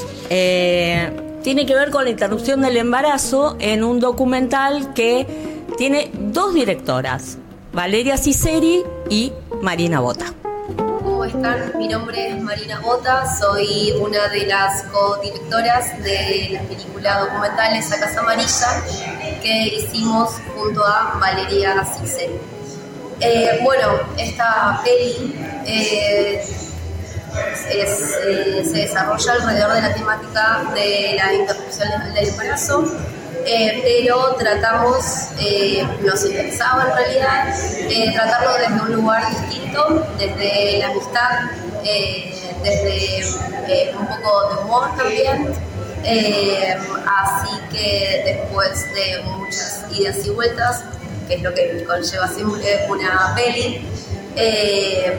eh, tiene que ver con la interrupción del embarazo en un documental que tiene dos directoras, Valeria Ciceri y Marina Bota. ¿Cómo están? Mi nombre es Marina Bota, soy una de las co-directoras de la película documental Esa Casa Amarilla que hicimos junto a Valeria Ciceri. Eh, bueno, esta peli eh, es, eh, se desarrolla alrededor de la temática de la interrupción legal del embarazo. Eh, pero tratamos, eh, nos interesaba en realidad, eh, tratarlo desde un lugar distinto, desde la amistad, eh, desde eh, un poco de humor también. Eh, así que después de muchas idas y vueltas, que es lo que conlleva siempre una peli, eh,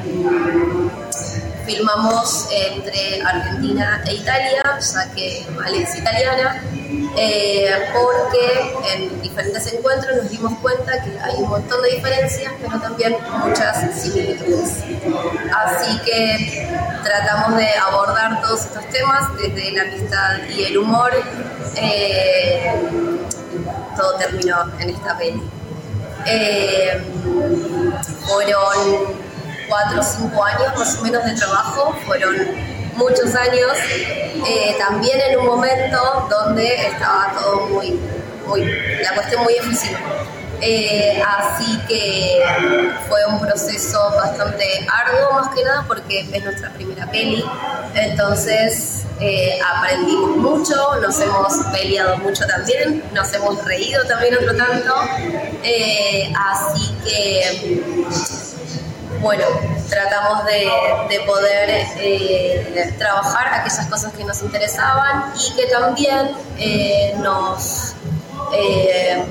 filmamos entre Argentina e Italia, ya que Ale es italiana, eh, porque en diferentes encuentros nos dimos cuenta que hay un montón de diferencias, pero también muchas similitudes. Así que tratamos de abordar todos estos temas desde la amistad y el humor. Eh, todo terminó en esta peli. Eh, fueron cuatro o cinco años más o menos de trabajo, fueron muchos años, eh, también en un momento donde estaba todo muy, muy la cuestión muy difícil. Eh, así que fue un proceso bastante arduo más que nada porque es nuestra primera peli, entonces eh, aprendimos mucho, nos hemos peleado mucho también, nos hemos reído también otro tanto, eh, así que bueno, tratamos de, de poder eh, trabajar aquellas cosas que nos interesaban y que también eh, nos eh,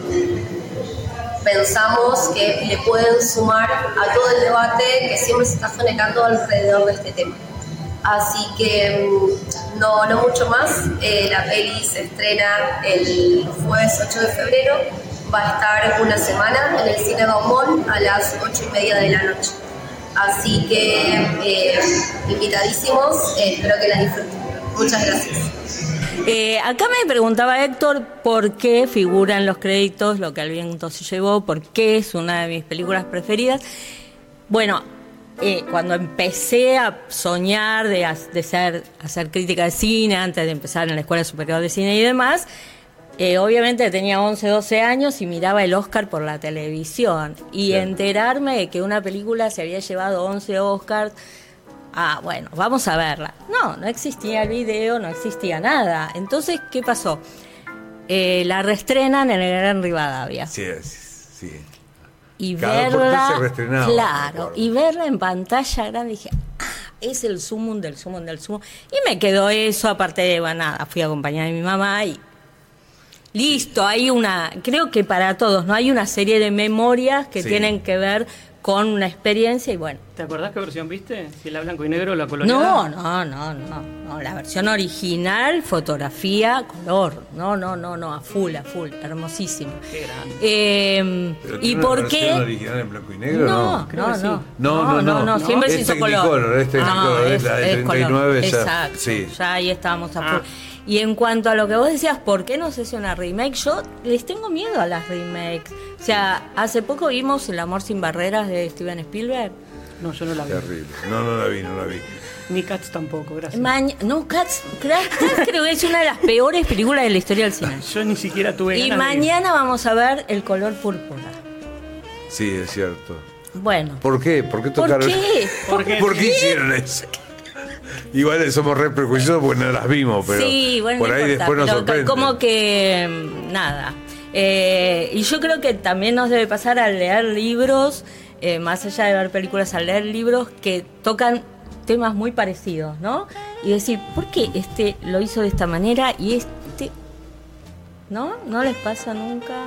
pensamos que le pueden sumar a todo el debate que siempre se está generando alrededor de este tema. Así que no, no mucho más, eh, la peli se estrena el jueves ocho de febrero, va a estar una semana en el Cine Gaumont a las ocho y media de la noche. Así que eh, invitadísimos, eh, espero que la disfruten. Muchas gracias. Eh, acá me preguntaba Héctor por qué figura en los créditos Lo que al viento se llevó, por qué es una de mis películas preferidas. Bueno, eh, cuando empecé a soñar de, de ser, hacer crítica de cine, antes de empezar en la Escuela Superior de Cine y demás, Eh, obviamente tenía once, doce años y miraba el Oscar por la televisión. Y sí. Enterarme de que una película se había llevado once Oscars, ah, bueno, vamos a verla. No, no existía el video, no existía nada. Entonces, ¿qué pasó? Eh, la reestrenan en el Gran Rivadavia. Sí, sí. Y Cada verla, se claro, y verla en pantalla grande, dije, ah, es el sumum del sumum del sumum. Y me quedó eso, aparte de, bueno, nada, fui acompañada de mi mamá y listo, hay una, creo que para todos, ¿no? Hay una serie de memorias que sí. tienen que ver con una experiencia y bueno. ¿Te acordás qué versión viste? Si la blanco y negro o la colonial. No, no, no, no, no, la versión original, fotografía, color. No, no, no, no, a full, a full, hermosísimo. Qué grande. Eh, ¿Y por qué? ¿La versión original en blanco y negro? No, no, no, no, sí. no, no, no, no, no, siempre es se hizo color. color. Es Technicolor, no, es la de treinta y nueve ya. Exacto, sí. ya ahí estábamos a full. Ah. Y en cuanto a lo que vos decías, ¿por qué no se hace una remake? Yo les tengo miedo a las remakes. O sea, hace poco vimos El amor sin barreras de Steven Spielberg. No, yo no la vi. Terrible. No, no la vi, no la vi. Ni Cats tampoco, gracias. Maña- no, Cats, Cats creo que es una de las peores películas de la historia del cine. Yo ni siquiera tuve Y ganas mañana de... vamos a ver El color púrpura. Sí, es cierto. Bueno. ¿Por qué? ¿Por qué tocaron? ¿Por qué? ¿Por qué? ¿Por qué hicieron eso? Igual somos re prejuiciosos porque no las vimos, pero sí, bueno, por no ahí importa, después nos pero sorprende. como que nada. Eh, y yo creo que también nos debe pasar al leer libros, eh, más allá de ver películas, al leer libros que tocan temas muy parecidos, ¿no? Y decir, ¿por qué este lo hizo de esta manera y este no? ¿No les pasa nunca?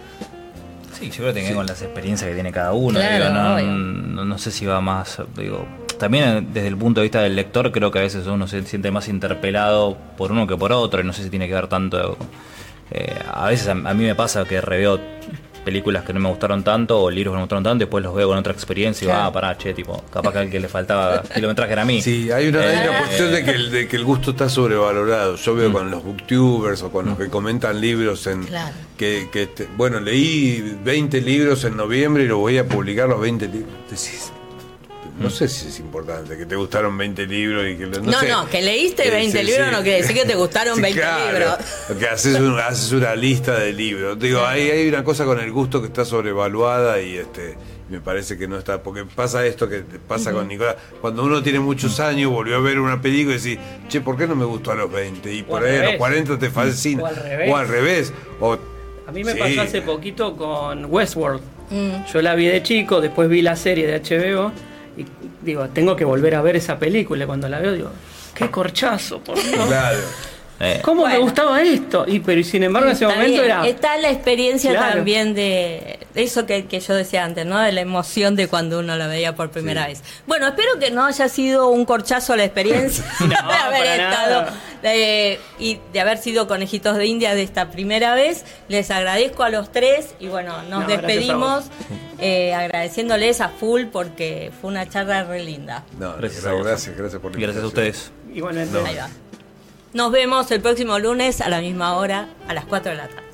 Sí, yo creo que tiene que ver con las experiencias que tiene cada uno. Claro, digo, no, obvio. no, no sé si va más, digo, también desde el punto de vista del lector creo que a veces uno se siente más interpelado por uno que por otro y no sé si tiene que ver tanto, eh, a veces a, a mí me pasa que reveo películas que no me gustaron tanto o libros que no me gustaron tanto, después los veo con otra experiencia y Claro. va, ah, pará, che, tipo, capaz que al que le faltaba kilometraje era a mí. Sí, hay una, hay una Eh, cuestión de que, el, de que el gusto está sobrevalorado. Yo veo Mm. con los booktubers o con los que comentan libros en Claro. que, que este, bueno, leí veinte libros en noviembre y los voy a publicar los veinte libros. Decís, no sé si es importante que te gustaron veinte libros y que no, No, sé. no, que leíste Eh, veinte sí, libros sí. no quiere decir que te gustaron Sí, veinte claro. libros. Que haces, un- haces una lista de libros. Digo, hay, hay una cosa con el gusto que está sobrevaluada y este me parece que no está, porque pasa esto que te pasa con Nicolás. Cuando uno tiene muchos años, volvió a ver una película y decís, che, ¿por qué no me gustó a los veinte? Y por al ahí a los revés. cuarenta te fascina. O al revés. O al revés. O- A mí me Sí. pasó hace poquito con Westworld. Mm. Yo la vi de chico, después vi la serie de H B O y digo, tengo que volver a ver esa película. Y cuando la veo digo, qué corchazo, por Dios. Claro. Eh, ¿Cómo me Bueno. gustaba esto? Y pero y sin embargo en ese Está momento bien, era está la experiencia Claro. también de eso que, que yo decía antes, ¿no? De la emoción de cuando uno la veía por primera Sí. vez. Bueno, espero que no haya sido un corchazo la experiencia No, de haber para estado nada. de- y de haber sido conejitos de India de esta primera vez. Les agradezco a los tres y bueno, nos No, gracias a despedimos vos. eh, agradeciéndoles a full porque fue una charla re linda. No, Gracias gracias, a vos. gracias, gracias por la gracias a invitación. ustedes. igualmente. Ahí va. Nos vemos el próximo lunes a la misma hora, a las cuatro de la tarde.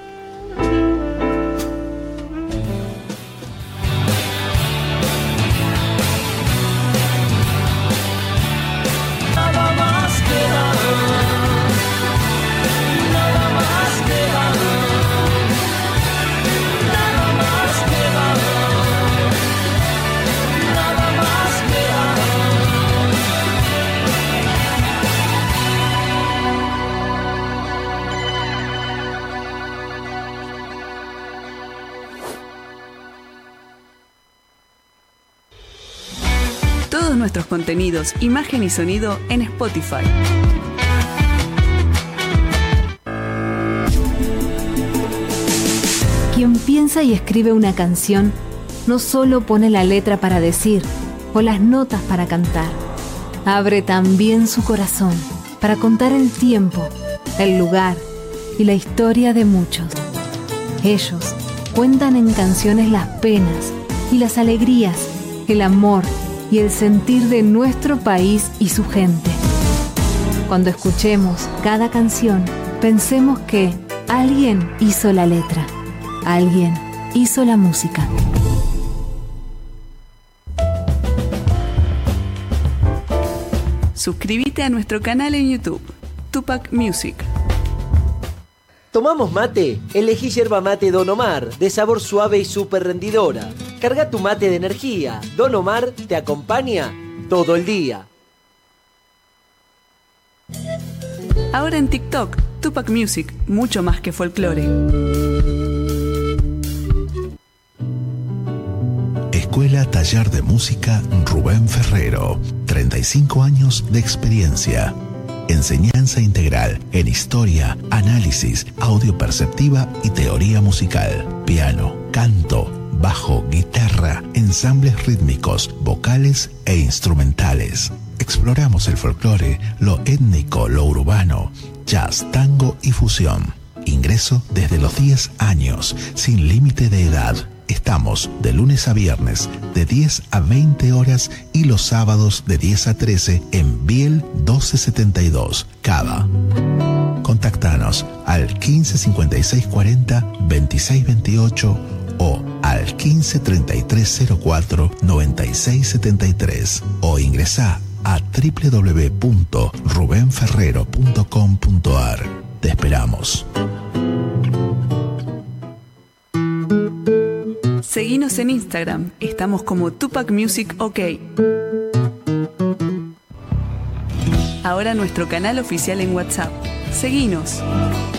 Todos nuestros contenidos, imagen y sonido en Spotify. Quien piensa y escribe una canción no solo pone la letra para decir o las notas para cantar, abre también su corazón para contar el tiempo, el lugar y la historia de muchos. Ellos cuentan en canciones las penas y las alegrías, el amor y el sentir de nuestro país y su gente. Cuando escuchemos cada canción, pensemos que alguien hizo la letra, alguien hizo la música. Suscríbete a nuestro canal en YouTube, Tupac Music. ¿Tomamos mate? Elegí yerba mate Don Omar, de sabor suave y súper rendidora. Carga tu mate de energía. Don Omar te acompaña todo el día. Ahora en TikTok, Tupac Music, mucho más que folclore. Escuela Taller de Música Rubén Ferrero. treinta y cinco años de experiencia. Enseñanza integral en historia, análisis, audio perceptiva y teoría musical. Piano, canto, bajo, guitarra, ensambles rítmicos, vocales e instrumentales. Exploramos el folclore, lo étnico, lo urbano, jazz, tango y fusión. Ingreso desde los diez años, sin límite de edad. Estamos de lunes a viernes de diez a veinte horas y los sábados de diez a trece en Biel doce setenta y dos, Cava. Contactanos al quince cincuenta y seis cuarenta veintiséis veintiocho o al quince treinta y tres cero cuatro noventa y seis setenta y tres o ingresá a doble u doble u doble u punto rubén ferrero punto com punto a r. Te esperamos. Seguinos en Instagram, estamos como Tupac Music OK. Ahora nuestro canal oficial en WhatsApp. Seguinos.